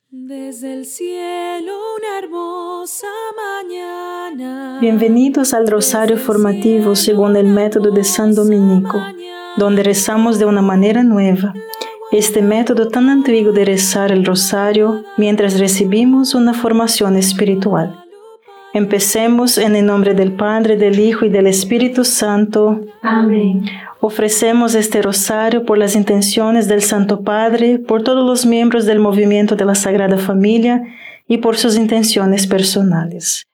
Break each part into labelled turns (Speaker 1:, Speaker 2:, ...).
Speaker 1: Desde el cielo una hermosa mañana.
Speaker 2: Bienvenidos al Rosario Formativo según el método de San Dominico, donde rezamos de una manera nueva. Este método tan antiguo de rezar el Rosario mientras recibimos una formación espiritual. Empecemos en el nombre del Padre, del Hijo y del Espíritu Santo.
Speaker 3: Amén.
Speaker 2: Ofrecemos este rosario por las intenciones del Santo Padre, por todos los miembros del movimiento de la Sagrada Familia y por sus intenciones personales.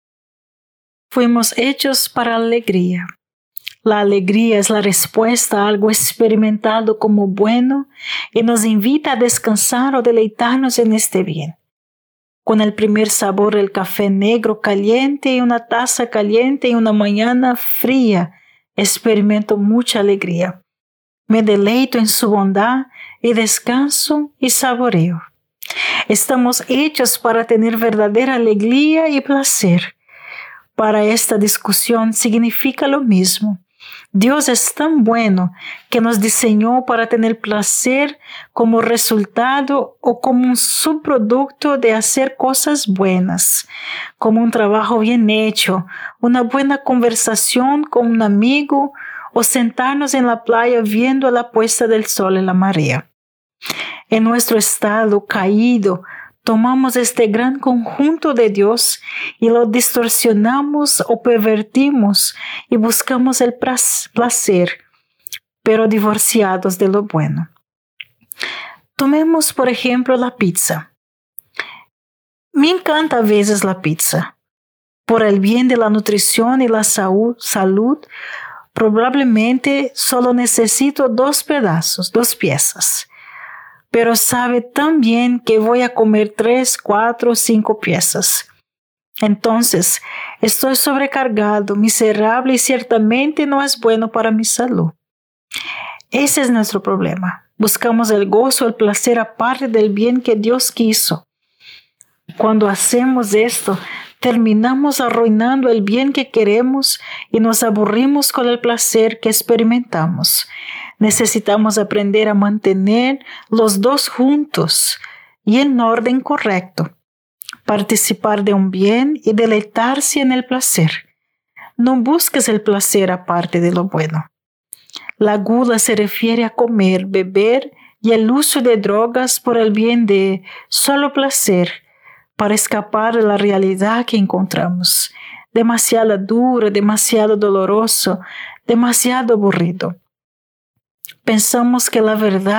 Speaker 2: Fuimos hechos para la alegría. La alegría es la respuesta a algo experimentado como bueno y nos invita a descansar o deleitarnos en este bien. Con el primer sabor del café negro caliente y una taza caliente y una mañana fría, experimento mucha alegría. Me deleito en su bondad y descanso y saboreo. Estamos hechos para tener verdadera alegría y placer. Para esta discusión significa lo mismo. Dios es tan bueno que nos diseñó para tener placer como resultado o como un subproducto de hacer cosas buenas, como un trabajo bien hecho, una buena conversación con un amigo o sentarnos en la playa viendo la puesta del sol en la marea. En nuestro estado caído, tomamos este gran conjunto de Dios y lo distorsionamos o pervertimos y buscamos el placer, pero divorciados de lo bueno. Tomemos, por ejemplo, la pizza. Me encanta a veces la pizza. Por el bien de la nutrición y la salud, probablemente solo necesito 2 pedazos, 2 piezas. Pero sabe tan bien que voy a comer 3, 4, 5 piezas. Entonces, estoy sobrecargado, miserable y ciertamente no es bueno para mi salud. Ese es nuestro problema. Buscamos el gozo, el placer aparte del bien que Dios quiso. Cuando hacemos esto, terminamos arruinando el bien que queremos y nos aburrimos con el placer que experimentamos. Necesitamos aprender a mantener los 2 juntos y en orden correcto. Participar de un bien y deleitarse en el placer. No busques el placer aparte de lo bueno. La gula se refiere a comer, beber y el uso de drogas por el bien de solo placer, para escapar de la realidad que encontramos. Demasiado dura, demasiado doloroso, demasiado aburrido. Pensamos que la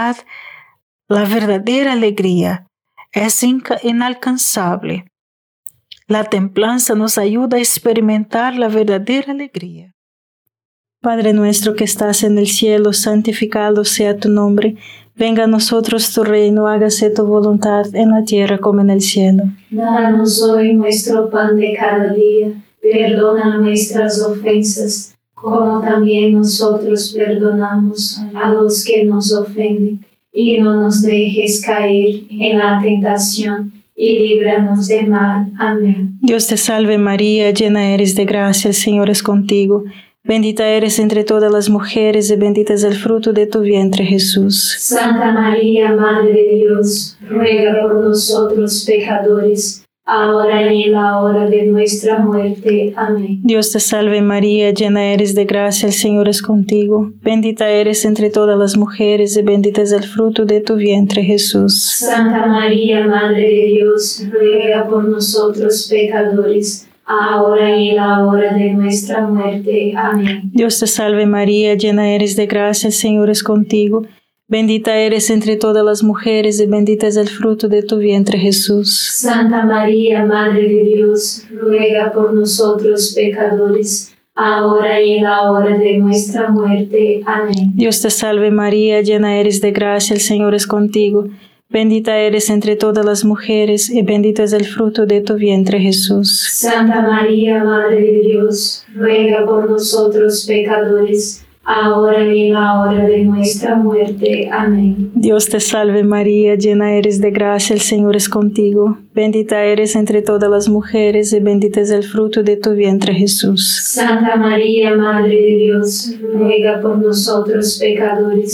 Speaker 2: verdadera alegría es inalcanzable. La templanza nos ayuda a experimentar la verdadera alegría. Padre nuestro que estás en el cielo, santificado sea tu nombre. Venga a nosotros tu reino, hágase tu voluntad en la tierra como en el cielo.
Speaker 3: Danos hoy nuestro pan de cada día. Perdona nuestras ofensas, como también nosotros perdonamos a los que nos ofenden. Y no nos dejes caer en la tentación, y líbranos del mal. Amén.
Speaker 2: Dios te salve María, llena eres de gracia, el Señor es contigo. Bendita eres entre todas las mujeres y bendito es el fruto de tu vientre, Jesús.
Speaker 3: Santa María, Madre de Dios, ruega por nosotros pecadores, ahora y en la hora de nuestra muerte. Amén.
Speaker 2: Dios te salve María, llena eres de gracia, el Señor es contigo. Bendita eres entre todas las mujeres y bendito es el fruto de tu vientre, Jesús.
Speaker 3: Santa María, Madre de Dios, ruega por nosotros pecadores, ahora y en la hora de nuestra muerte. Amén.
Speaker 2: Dios te salve María, llena eres de gracia, el Señor es contigo. Bendita eres entre todas las mujeres y bendito es el fruto de tu vientre, Jesús.
Speaker 3: Santa María, Madre de Dios, ruega por nosotros pecadores, ahora y en la hora de nuestra muerte. Amén.
Speaker 2: Dios te salve María, llena eres de gracia, el Señor es contigo. Bendita eres entre todas las mujeres y bendito es el fruto de tu vientre, Jesús.
Speaker 3: Santa María, Madre de Dios, ruega por nosotros pecadores, ahora y en la hora de nuestra muerte. Amén.
Speaker 2: Dios te salve María, llena eres de gracia, el Señor es contigo. Bendita eres entre todas las mujeres y bendito es el fruto de tu vientre, Jesús.
Speaker 3: Santa María, Madre de Dios, ruega por nosotros pecadores,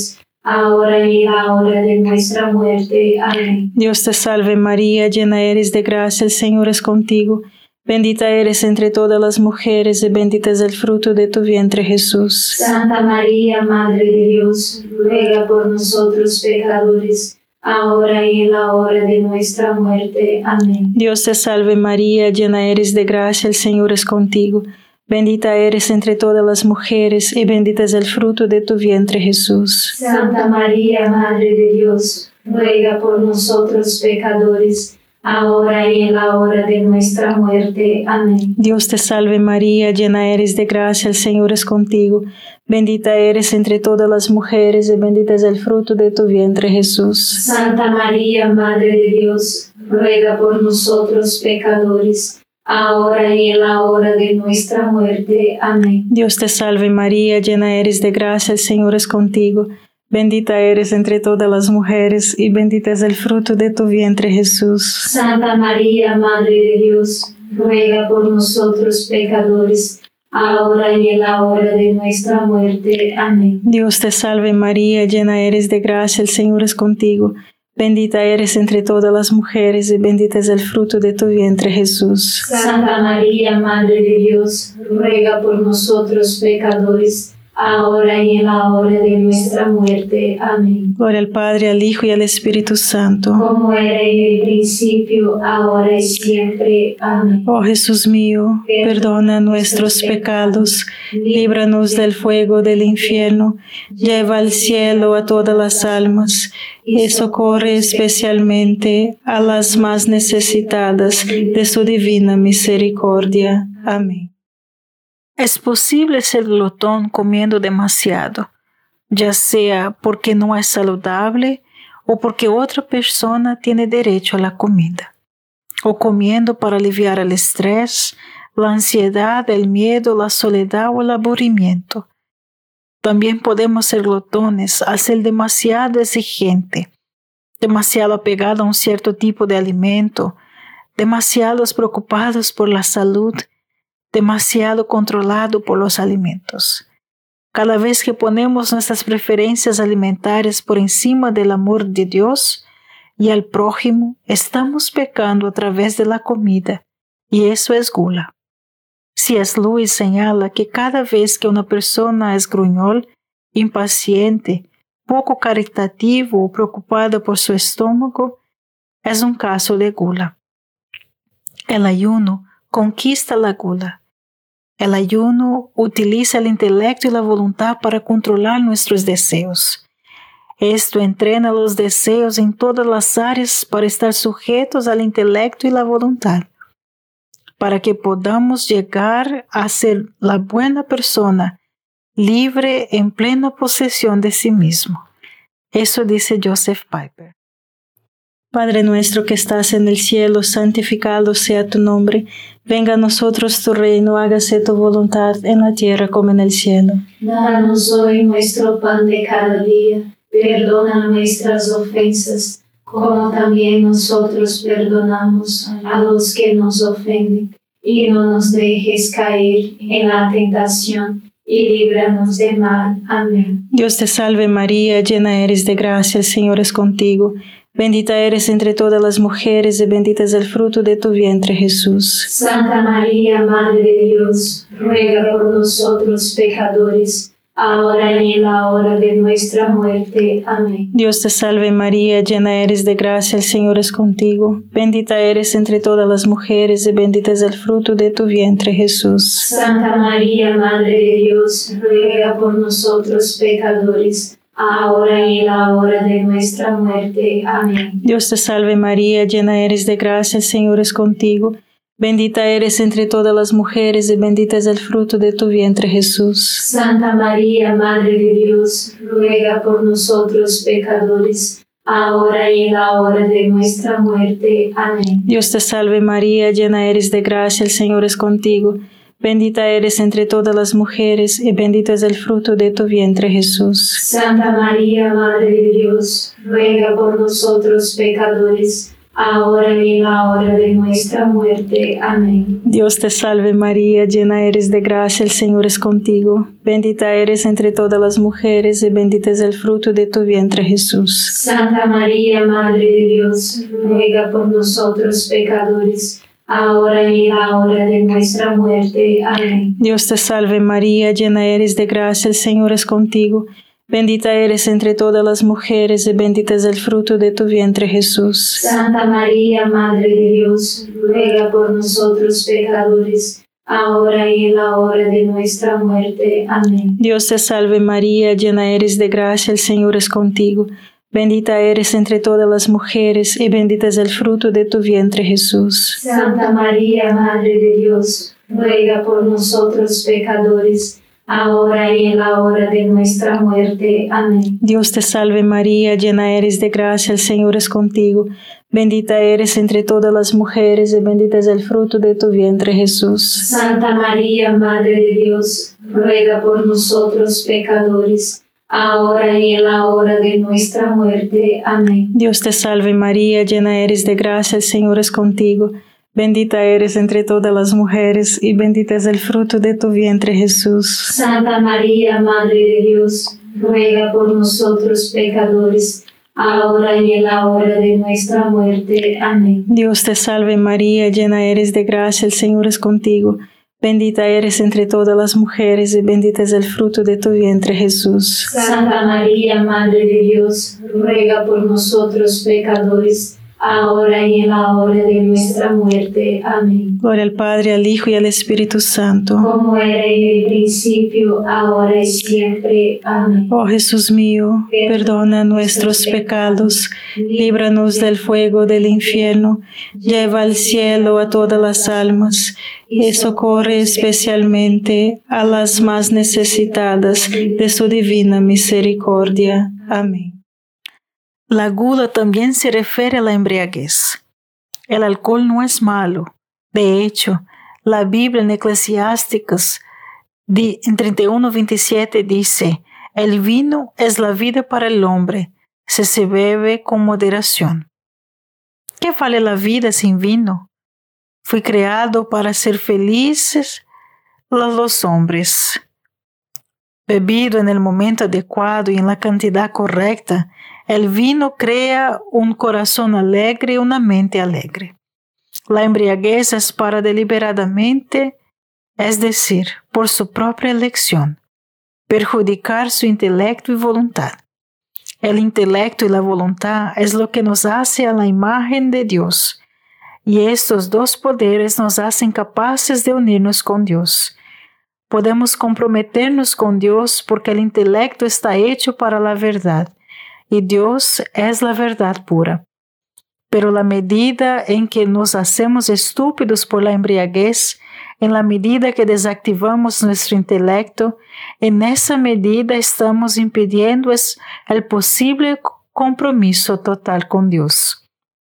Speaker 3: ahora y en la hora de nuestra muerte. Amén.
Speaker 2: Dios te salve María, llena eres de gracia, el Señor es contigo. Bendita eres entre todas las mujeres y bendito es el fruto de tu vientre Jesús.
Speaker 3: Santa María, Madre de Dios, ruega por nosotros pecadores, ahora y en la hora de nuestra muerte. Amén.
Speaker 2: Dios te salve María, llena eres de gracia, el Señor es contigo. Bendita eres entre todas las mujeres y bendito es el fruto de tu vientre Jesús.
Speaker 3: Santa María, Madre de Dios, ruega por nosotros pecadores, ahora y en la hora de nuestra muerte. Amén.
Speaker 2: Dios te salve María, llena eres de gracia, el Señor es contigo. Bendita eres entre todas las mujeres y bendito es el fruto de tu vientre Jesús.
Speaker 3: Santa María, Madre de Dios, ruega por nosotros pecadores, ahora y en la hora de nuestra muerte. Amén.
Speaker 2: Dios te salve María, llena eres de gracia, el Señor es contigo. Bendita eres entre todas las mujeres y bendito es el fruto de tu vientre Jesús.
Speaker 3: Santa María, Madre de Dios, ruega por nosotros pecadores, ahora y en la hora de nuestra muerte. Amén.
Speaker 2: Dios te salve María, llena eres de gracia, el Señor es contigo. Bendita eres entre todas las mujeres y bendito es el fruto de tu vientre Jesús.
Speaker 3: Santa María, Madre de Dios, ruega por nosotros pecadores, ahora y en la hora de nuestra muerte. Amén.
Speaker 2: Gloria al Padre, al Hijo y al Espíritu Santo.
Speaker 3: Como era en el principio, ahora y siempre. Amén.
Speaker 2: Oh Jesús mío, perdona nuestros pecados, líbranos del fuego del infierno, lleva al cielo a todas las almas y socorre especialmente a las más necesitadas de su divina misericordia. Amén. Es posible ser glotón comiendo demasiado, ya sea porque no es saludable o porque otra persona tiene derecho a la comida, o comiendo para aliviar el estrés, la ansiedad, el miedo, la soledad o el aburrimiento. También podemos ser glotones al ser demasiado exigente, demasiado apegado a un cierto tipo de alimento, demasiados preocupados por la salud, demasiado controlado por los alimentos. Cada vez que ponemos nuestras preferencias alimentarias por encima del amor de Dios y al prójimo, estamos pecando a través de la comida, y eso es gula. C.S. Lewis señala que cada vez que una persona es gruñol, impaciente, poco caritativo o preocupada por su estómago, es un caso de gula. El ayuno conquista la gula. El ayuno utiliza el intelecto y la voluntad para controlar nuestros deseos. Esto entrena los deseos en todas las áreas para estar sujetos al intelecto y la voluntad, para que podamos llegar a ser la buena persona, libre en plena posesión de sí mismo. Eso dice Joseph Piper. Padre nuestro que estás en el cielo, santificado sea tu nombre. Venga a nosotros tu reino, hágase tu voluntad en la tierra como en el cielo.
Speaker 3: Danos hoy nuestro pan de cada día. Perdona nuestras ofensas, como también nosotros perdonamos a los que nos ofenden. Y no nos dejes caer en la tentación, y líbranos del mal. Amén.
Speaker 2: Dios te salve María, llena eres de gracia, el Señor es contigo. Bendita eres entre todas las mujeres y bendito es el fruto de tu vientre Jesús.
Speaker 3: Santa María, Madre de Dios, ruega por nosotros pecadores, ahora y en la hora de nuestra muerte. Amén.
Speaker 2: Dios te salve María, llena eres de gracia, el Señor es contigo. Bendita eres entre todas las mujeres y bendito es el fruto de tu vientre Jesús.
Speaker 3: Santa María, Madre de Dios, ruega por nosotros pecadores, ahora y en la hora de nuestra muerte. Amén.
Speaker 2: Dios te salve María, llena eres de gracia, el Señor es contigo. Bendita eres entre todas las mujeres y bendito es el fruto de tu vientre Jesús.
Speaker 3: Santa María, Madre de Dios, ruega por nosotros pecadores, ahora y en la hora de nuestra muerte. Amén.
Speaker 2: Dios te salve María, llena eres de gracia, el Señor es contigo. Bendita eres entre todas las mujeres y bendito es el fruto de tu vientre Jesús.
Speaker 3: Santa María, Madre de Dios, ruega por nosotros pecadores, ahora y en la hora de nuestra muerte. Amén.
Speaker 2: Dios te salve María, llena eres de gracia, el Señor es contigo. Bendita eres entre todas las mujeres y bendito es el fruto de tu vientre Jesús.
Speaker 3: Santa María, Madre de Dios, ruega por nosotros pecadores, ahora y en la hora de nuestra muerte. Amén.
Speaker 2: Dios te salve María, llena eres de gracia, el Señor es contigo. Bendita eres entre todas las mujeres y bendito es el fruto de tu vientre Jesús.
Speaker 3: Santa María, Madre de Dios, ruega por nosotros pecadores, ahora y en la hora de nuestra muerte. Amén.
Speaker 2: Dios te salve María, llena eres de gracia, el Señor es contigo. Bendita eres entre todas las mujeres y bendito es el fruto de tu vientre Jesús.
Speaker 3: Santa María, Madre de Dios, ruega por nosotros pecadores, ahora y en la hora de nuestra muerte. Amén.
Speaker 2: Dios te salve María, llena eres de gracia, el Señor es contigo. Bendita eres entre todas las mujeres y bendito es el fruto de tu vientre Jesús.
Speaker 3: Santa María, Madre de Dios, ruega por nosotros pecadores, ahora y en la hora de nuestra muerte. Amén.
Speaker 2: Dios te salve María, llena eres de gracia, el Señor es contigo. Bendita eres entre todas las mujeres y bendito es el fruto de tu vientre Jesús.
Speaker 3: Santa María, Madre de Dios, ruega por nosotros pecadores, ahora y en la hora de nuestra muerte. Amén.
Speaker 2: Dios te salve María, llena eres de gracia, el Señor es contigo. Bendita eres entre todas las mujeres y bendito es el fruto de tu vientre Jesús.
Speaker 3: Santa María, Madre de Dios, ruega por nosotros pecadores, ahora y en la hora de nuestra muerte. Amén.
Speaker 2: Gloria al Padre, al Hijo y al Espíritu Santo.
Speaker 3: Como era en el principio, ahora y siempre. Amén.
Speaker 2: Oh Jesús mío, perdona nuestros pecados, líbranos del fuego del infierno, lleva al cielo a todas las almas y socorre especialmente a las más necesitadas de su divina misericordia. Amén. La gula también se refiere a la embriaguez. El alcohol no es malo. De hecho, la Biblia en Eclesiásticos en 31:27 dice: el vino es la vida para el hombre, si se bebe con moderación. ¿Qué vale la vida sin vino? Fui creado para ser felices los hombres. Bebido en el momento adecuado y en la cantidad correcta, el vino crea un corazón alegre y una mente alegre. La embriaguez es para deliberadamente, es decir, por su propia elección, perjudicar su intelecto y voluntad. El intelecto y la voluntad es lo que nos hace a la imagen de Dios, y estos dos poderes nos hacen capaces de unirnos con Dios. Podemos comprometernos con Dios porque el intelecto está hecho para la verdad, y Dios es la verdad pura. Pero la medida en que nos hacemos estúpidos por la embriaguez, en la medida que desactivamos nuestro intelecto, en esa medida estamos impidiendo el posible compromiso total con Dios.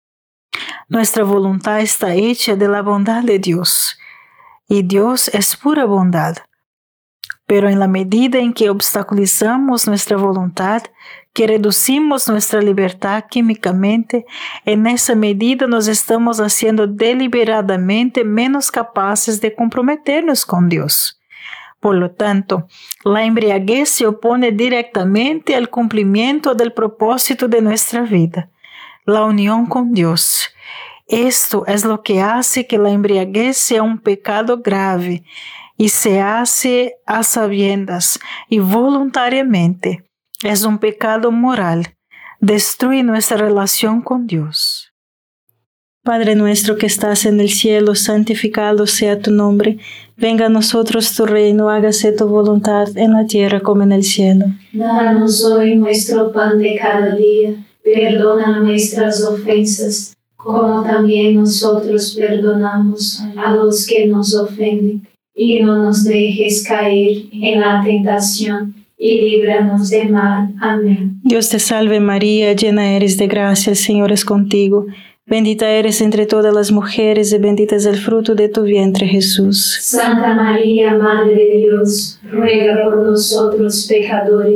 Speaker 2: Nuestra voluntad está hecha de la bondad de Dios, y Dios es pura bondad. Pero en la medida en que obstaculizamos nuestra voluntad, que reducimos nuestra libertad químicamente, en esa medida nos estamos haciendo deliberadamente menos capaces de comprometernos con Dios. Por lo tanto, la embriaguez se opone directamente al cumplimiento del propósito de nuestra vida, la unión con Dios. Esto es lo que hace que la embriaguez sea un pecado grave y se hace a sabiendas y voluntariamente. Es un pecado moral. Destruye nuestra relación con Dios. Padre nuestro que estás en el cielo, santificado sea tu nombre. Venga a nosotros tu reino, hágase tu voluntad en la tierra como en el cielo.
Speaker 3: Danos hoy nuestro pan de cada día. Perdona nuestras ofensas, como también nosotros perdonamos a los que nos ofenden. Y no nos dejes caer en la tentación, y líbranos del mal. Amén.
Speaker 2: Dios te salve María, llena eres de gracia, el Señor es contigo. Bendita eres entre todas las mujeres y bendito es el fruto de tu vientre Jesús.
Speaker 3: Santa María, Madre de Dios, ruega por nosotros pecadores,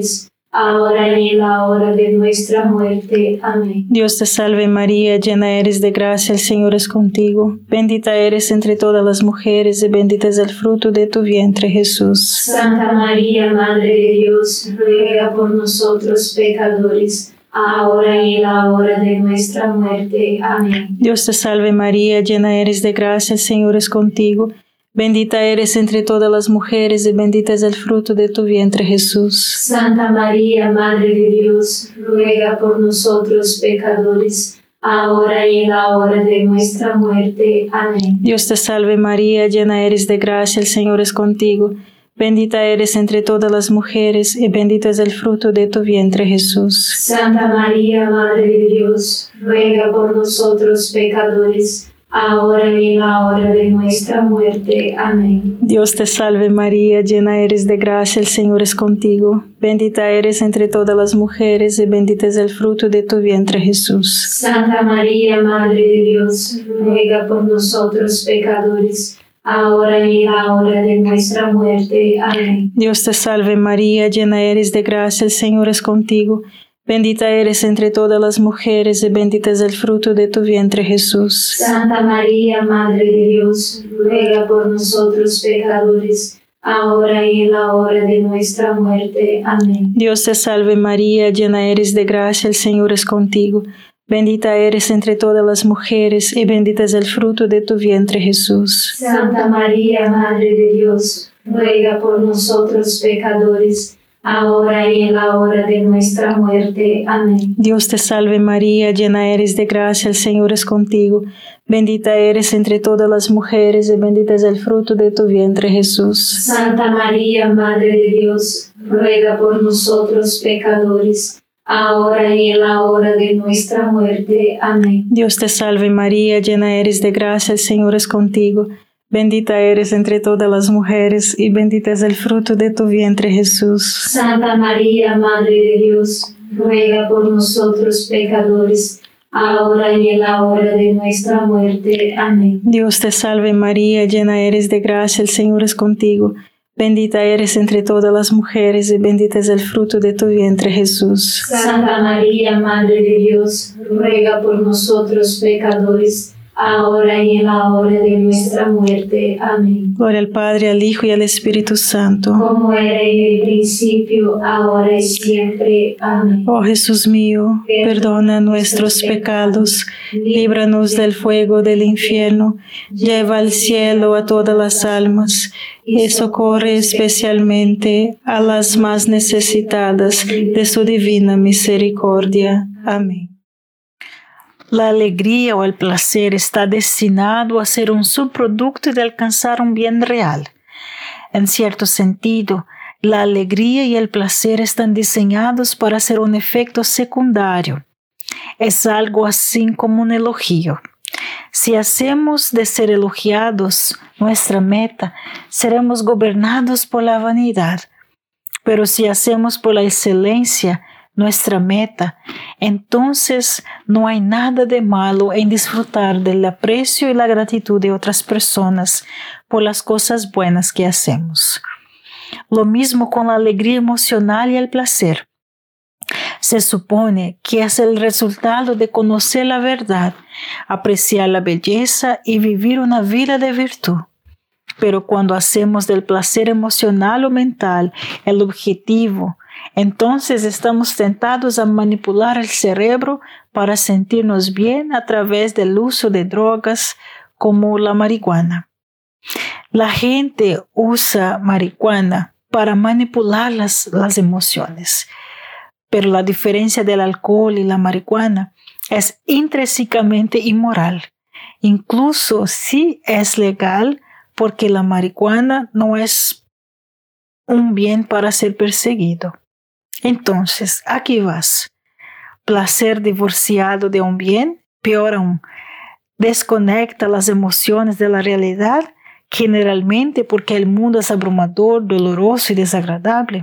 Speaker 3: ahora y en la hora de nuestra muerte. Amén.
Speaker 2: Dios te salve María, llena eres de gracia, el Señor es contigo. Bendita eres entre todas las mujeres y bendito es el fruto de tu vientre, Jesús.
Speaker 3: Santa María, Madre de Dios, ruega por nosotros pecadores, ahora y en la hora de nuestra muerte. Amén.
Speaker 2: Dios te salve María, llena eres de gracia, el Señor es contigo. Bendita eres entre todas las mujeres y bendito es el fruto de tu vientre, Jesús.
Speaker 3: Santa María, Madre de Dios, ruega por nosotros pecadores, ahora y en la hora de nuestra muerte. Amén.
Speaker 2: Dios te salve María, llena eres de gracia, el Señor es contigo. Bendita eres entre todas las mujeres y bendito es el fruto de tu vientre, Jesús.
Speaker 3: Santa María, Madre de Dios, ruega por nosotros pecadores, ahora y en la hora de nuestra muerte. Amén.
Speaker 2: Dios te salve María, llena eres de gracia, el Señor es contigo. Bendita eres entre todas las mujeres y bendito es el fruto de tu vientre, Jesús.
Speaker 3: Santa María, Madre de Dios, ruega por nosotros pecadores, ahora y en la hora de nuestra muerte. Amén.
Speaker 2: Dios te salve María, llena eres de gracia, el Señor es contigo. Bendita eres entre todas las mujeres y bendito es el fruto de tu vientre, Jesús.
Speaker 3: Santa María, Madre de Dios, ruega por nosotros pecadores, ahora y en la hora de nuestra muerte. Amén.
Speaker 2: Dios te salve María, llena eres de gracia, el Señor es contigo. Bendita eres entre todas las mujeres y bendito es el fruto de tu vientre, Jesús.
Speaker 3: Santa María, Madre de Dios, ruega por nosotros pecadores, ahora y en la hora de nuestra muerte. Amén.
Speaker 2: Dios te salve María, llena eres de gracia, el Señor es contigo. Bendita eres entre todas las mujeres y bendito es el fruto de tu vientre, Jesús.
Speaker 3: Santa María, Madre de Dios, ruega por nosotros pecadores, ahora y en la hora de nuestra muerte. Amén.
Speaker 2: Dios te salve María, llena eres de gracia, el Señor es contigo. Bendita eres entre todas las mujeres y bendito es el fruto de tu vientre, Jesús.
Speaker 3: Santa María, Madre de Dios, ruega por nosotros pecadores, ahora y en la hora de nuestra muerte. Amén.
Speaker 2: Dios te salve María, llena eres de gracia, el Señor es contigo. Bendita eres entre todas las mujeres y bendito es el fruto de tu vientre, Jesús.
Speaker 3: Santa María, Madre de Dios, ruega por nosotros pecadores, ahora y en la hora de nuestra muerte. Amén.
Speaker 2: Gloria al Padre, al Hijo y al Espíritu Santo.
Speaker 3: Como era en el principio, ahora y siempre. Amén.
Speaker 2: Oh Jesús mío, perdona nuestros pecados, líbranos del fuego del infierno, lleva al cielo a todas las almas y socorre especialmente a las más necesitadas de su divina misericordia. Amén. La alegría o el placer está destinado a ser un subproducto de alcanzar un bien real. En cierto sentido, la alegría y el placer están diseñados para ser un efecto secundario. Es algo así como un elogio. Si hacemos de ser elogiados nuestra meta, seremos gobernados por la vanidad. Pero si hacemos por la excelencia nuestra meta, entonces no hay nada de malo en disfrutar del aprecio y la gratitud de otras personas por las cosas buenas que hacemos. Lo mismo con la alegría emocional y el placer. Se supone que es el resultado de conocer la verdad, apreciar la belleza y vivir una vida de virtud. Pero cuando hacemos del placer emocional o mental el objetivo, entonces estamos tentados a manipular el cerebro para sentirnos bien a través del uso de drogas como la marihuana. La gente usa marihuana para manipular las emociones, pero la diferencia del alcohol y la marihuana es intrínsecamente inmoral, incluso si es legal, porque la marihuana no es un bien para ser perseguido. Entonces, aquí vas. Placer divorciado de un bien, peor aún, desconecta las emociones de la realidad, generalmente porque el mundo es abrumador, doloroso y desagradable.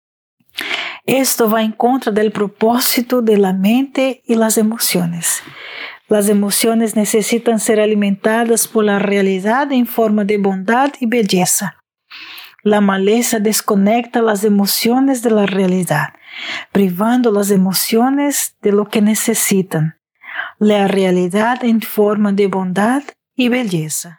Speaker 2: Esto va en contra del propósito de la mente y las emociones. Las emociones necesitan ser alimentadas por la realidad en forma de bondad y belleza.
Speaker 4: La maleza desconecta las emociones de la realidad, privando las emociones de lo que necesitan. La realidad en forma de bondad y belleza.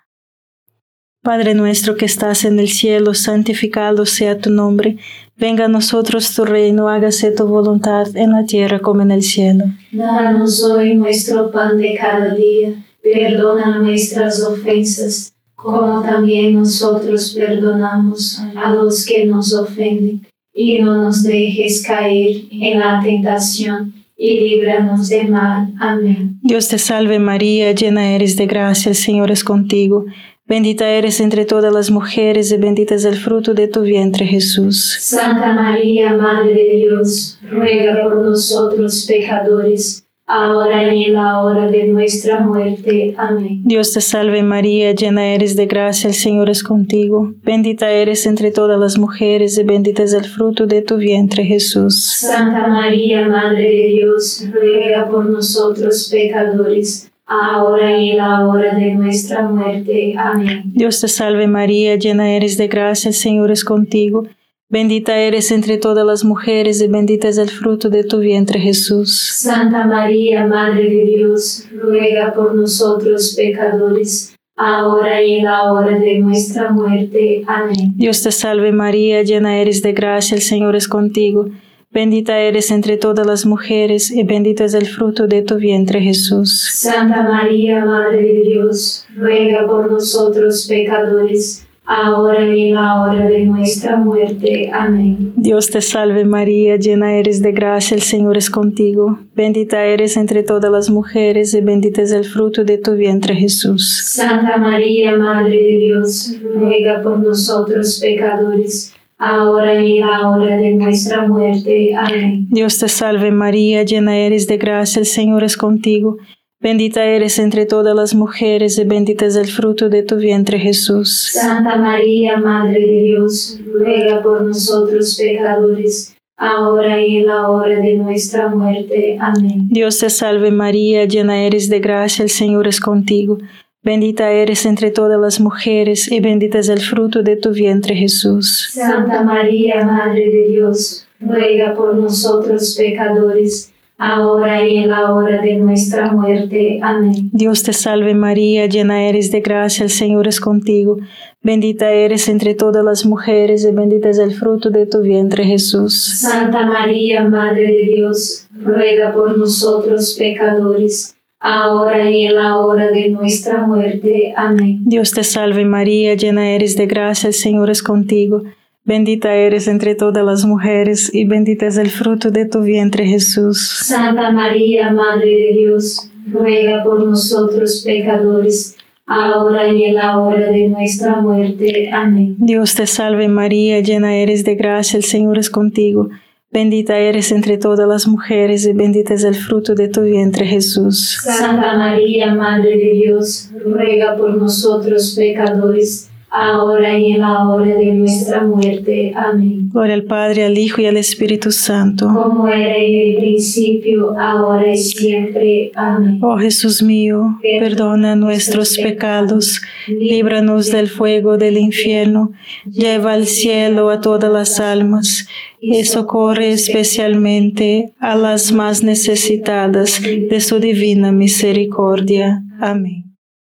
Speaker 2: Padre nuestro que estás en el cielo, santificado sea tu nombre. Venga a nosotros tu reino, hágase tu voluntad en la tierra como en el cielo.
Speaker 3: Danos hoy nuestro pan de cada día. Perdona nuestras ofensas, como también nosotros perdonamos a los que nos ofenden. Y no nos dejes caer en la tentación, y líbranos del mal. Amén.
Speaker 2: Dios te salve María, llena eres de gracia, el Señor es contigo. Bendita eres entre todas las mujeres y bendito es el fruto de tu vientre, Jesús.
Speaker 3: Santa María, Madre de Dios, ruega por nosotros pecadores, ahora y en la hora de nuestra muerte. Amén.
Speaker 2: Dios te salve María, llena eres de gracia, el Señor es contigo. Bendita eres entre todas las mujeres y bendito es el fruto de tu vientre, Jesús.
Speaker 3: Santa María, Madre de Dios, ruega por nosotros pecadores, ahora y en la hora de nuestra muerte. Amén.
Speaker 2: Dios te salve María, llena eres de gracia, el Señor es contigo. Bendita eres entre todas las mujeres y bendito es el fruto de tu vientre, Jesús.
Speaker 3: Santa María, Madre de Dios, ruega por nosotros pecadores, ahora y en la hora de nuestra muerte. Amén.
Speaker 2: Dios te salve María, llena eres de gracia, el Señor es contigo. Bendita eres entre todas las mujeres y bendito es el fruto de tu vientre, Jesús.
Speaker 3: Santa María, Madre de Dios, ruega por nosotros pecadores, ahora y en la hora de nuestra muerte. Amén.
Speaker 2: Dios te salve María, llena eres de gracia, el Señor es contigo. Bendita eres entre todas las mujeres y bendito es el fruto de tu vientre, Jesús.
Speaker 3: Santa María, Madre de Dios, ruega por nosotros pecadores, ahora y en la hora de nuestra muerte. Amén.
Speaker 2: Dios te salve María, llena eres de gracia, el Señor es contigo. Bendita eres entre todas las mujeres y bendito es el fruto de tu vientre, Jesús.
Speaker 3: Santa María, Madre de Dios, ruega por nosotros pecadores, ahora y en la hora de nuestra muerte. Amén.
Speaker 2: Dios te salve María, llena eres de gracia, el Señor es contigo. Bendita eres entre todas las mujeres y bendito es el fruto de tu vientre, Jesús.
Speaker 3: Santa María, Madre de Dios, ruega por nosotros pecadores, ahora y en la hora de nuestra muerte. Amén.
Speaker 2: Dios te salve María, llena eres de gracia, el Señor es contigo. Bendita eres entre todas las mujeres y bendito es el fruto de tu vientre, Jesús.
Speaker 3: Santa María, Madre de Dios, ruega por nosotros pecadores, ahora y en la hora de nuestra muerte. Amén.
Speaker 2: Dios te salve María, llena eres de gracia, el Señor es contigo. Bendita eres entre todas las mujeres y bendito es el fruto de tu vientre, Jesús.
Speaker 3: Santa María, Madre de Dios, ruega por nosotros pecadores, ahora y en la hora de nuestra muerte. Amén.
Speaker 2: Dios te salve María, llena eres de gracia, el Señor es contigo. Bendita eres entre todas las mujeres y bendito es el fruto de tu vientre, Jesús.
Speaker 3: Santa María, Madre de Dios, ruega por nosotros pecadores, ahora y en la hora de nuestra muerte. Amén.
Speaker 2: Gloria al Padre, al Hijo y al Espíritu Santo.
Speaker 3: Como era en el principio, ahora y siempre. Amén.
Speaker 2: Oh Jesús mío, perdona nuestros pecados, líbranos del fuego del infierno, lleva al cielo a todas las almas y socorre especialmente a las más necesitadas de su divina misericordia. Amén.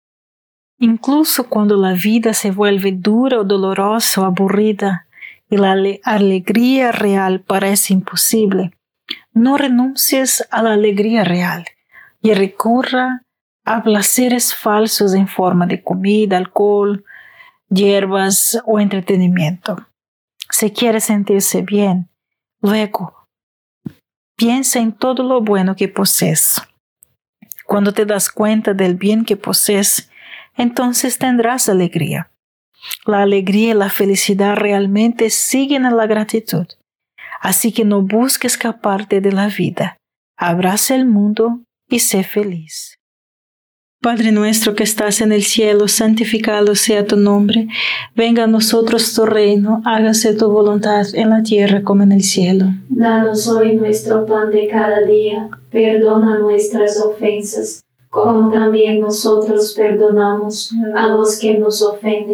Speaker 2: Incluso cuando la vida se vuelve dura o dolorosa o aburrida y la alegría real parece imposible, no renuncies a la alegría real y recurra a placeres falsos en forma de comida, alcohol, hierbas o entretenimiento. Si quieres sentirse bien, luego piensa en todo lo bueno que posees. Cuando te das cuenta del bien que posees, entonces tendrás alegría. La alegría y la felicidad realmente siguen a la gratitud. Así que no busques escaparte de la vida. Abraza el mundo y sé feliz. Padre nuestro que estás en el cielo, santificado sea tu nombre. Venga a nosotros tu reino, hágase tu voluntad en la tierra como en el cielo.
Speaker 3: Danos hoy nuestro pan de cada día. Perdona nuestras ofensas, como también nosotros perdonamos a los que nos ofenden.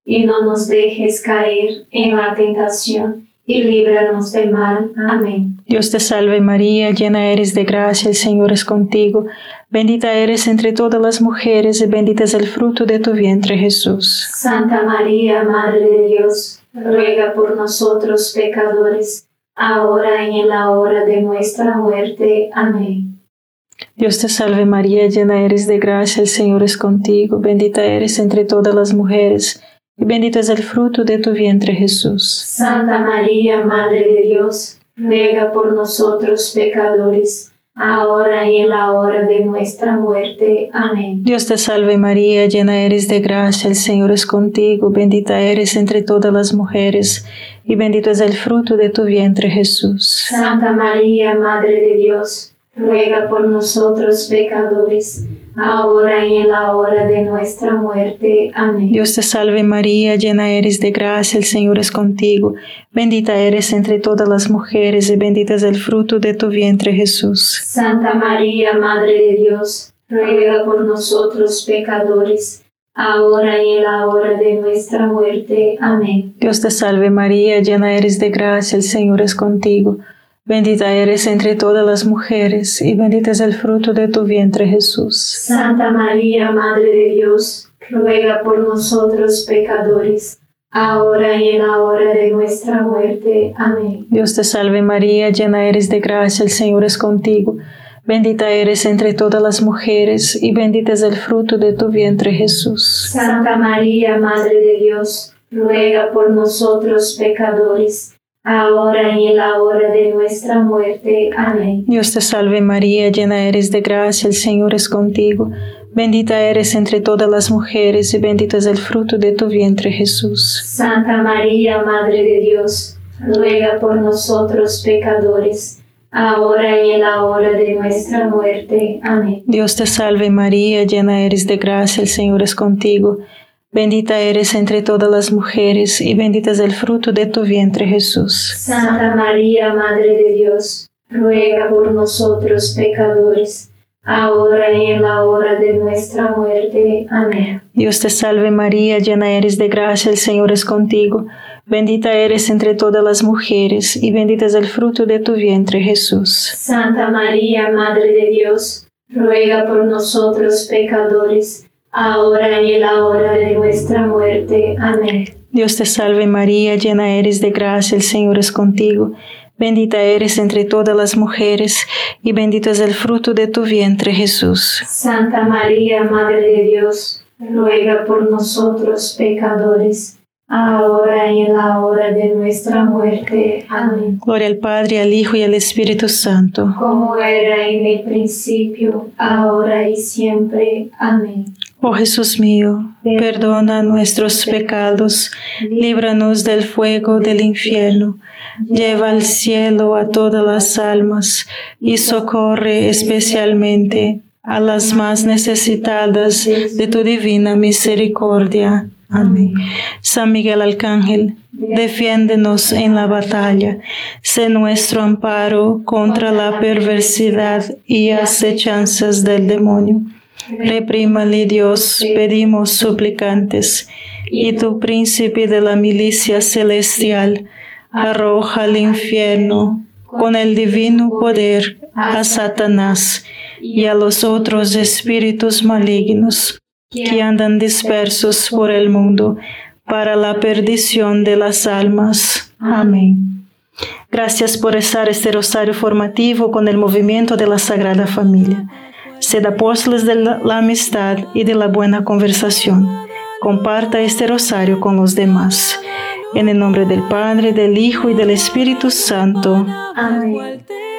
Speaker 3: y no nos dejes caer en la tentación, y líbranos del mal. Amén.
Speaker 2: Dios te salve María, llena eres de gracia, el Señor es contigo. Bendita eres entre todas las mujeres y bendito es el fruto de tu vientre, Jesús.
Speaker 3: Santa María, Madre de Dios, ruega por nosotros pecadores, ahora y en la hora de nuestra muerte. Amén.
Speaker 2: Dios te salve María, llena eres de gracia, el Señor es contigo. Bendita eres entre todas las mujeres y bendito es el fruto de tu vientre, Jesús.
Speaker 3: Santa María, Madre de Dios, ruega por nosotros pecadores, ahora y en la hora de nuestra muerte. Amén.
Speaker 2: Dios te salve María, llena eres de gracia, el Señor es contigo. Bendita eres entre todas las mujeres y bendito es el fruto de tu vientre, Jesús.
Speaker 3: Santa María, Madre de Dios, ruega por nosotros pecadores, ahora y en la hora de nuestra muerte. Amén.
Speaker 2: Dios te salve María, llena eres de gracia, el Señor es contigo. Bendita eres entre todas las mujeres y bendito es el fruto de tu vientre, Jesús.
Speaker 3: Santa María, Madre de Dios, ruega por nosotros pecadores, ahora y en la hora de nuestra muerte. Amén.
Speaker 2: Dios te salve María, llena eres de gracia, el Señor es contigo. Bendita eres entre todas las mujeres y bendito es el fruto de tu vientre, Jesús.
Speaker 3: Santa María, Madre de Dios, ruega por nosotros pecadores, ahora y en la hora de nuestra muerte. Amén.
Speaker 2: Dios te salve María, llena eres de gracia, el Señor es contigo. Bendita eres entre todas las mujeres y bendito es el fruto de tu vientre, Jesús.
Speaker 3: Santa María, Madre de Dios, ruega por nosotros pecadores, ahora y en la hora de nuestra muerte. Amén.
Speaker 2: Dios te salve María, llena eres de gracia, el Señor es contigo. Bendita eres entre todas las mujeres y bendito es el fruto de tu vientre, Jesús.
Speaker 3: Santa María, Madre de Dios, ruega por nosotros pecadores, ahora y en la hora de nuestra muerte. Amén.
Speaker 2: Dios te salve María, llena eres de gracia, el Señor es contigo. Bendita eres entre todas las mujeres y bendito es el fruto de tu vientre, Jesús.
Speaker 3: Santa María, Madre de Dios, ruega por nosotros pecadores, ahora y en la hora de nuestra muerte. Amén.
Speaker 2: Dios te salve María, llena eres de gracia, el Señor es contigo. Bendita eres entre todas las mujeres y bendito es el fruto de tu vientre, Jesús.
Speaker 3: Santa María, Madre de Dios, ruega por nosotros pecadores, ahora y en la hora de nuestra muerte. Amén.
Speaker 2: Dios te salve María, llena eres de gracia, el Señor es contigo. Bendita eres entre todas las mujeres y bendito es el fruto de tu vientre, Jesús.
Speaker 3: Santa María, Madre de Dios, ruega por nosotros pecadores, ahora y en la hora de nuestra muerte. Amén.
Speaker 2: Gloria al Padre, al Hijo y al Espíritu Santo.
Speaker 3: Como era en el principio, ahora y siempre. Amén.
Speaker 2: Oh Jesús mío, perdona nuestros pecados, líbranos del fuego del infierno, lleva al cielo a todas las almas y socorre especialmente a las más necesitadas de tu divina misericordia. Amén. San Miguel Arcángel, defiéndenos en la batalla, sé nuestro amparo contra la perversidad y acechanzas del demonio. Reprímale Dios, pedimos suplicantes, y tu príncipe de la milicia celestial, arroja al infierno con el divino poder a Satanás y a los otros espíritus malignos que andan dispersos por el mundo para la perdición de las almas. Amén. Gracias por rezar este rosario formativo con el movimiento de la Sagrada Familia. Sed apóstoles de la amistad y de la buena conversación. Comparta este rosario con los demás. En el nombre del Padre, del Hijo y del Espíritu Santo.
Speaker 3: Amén.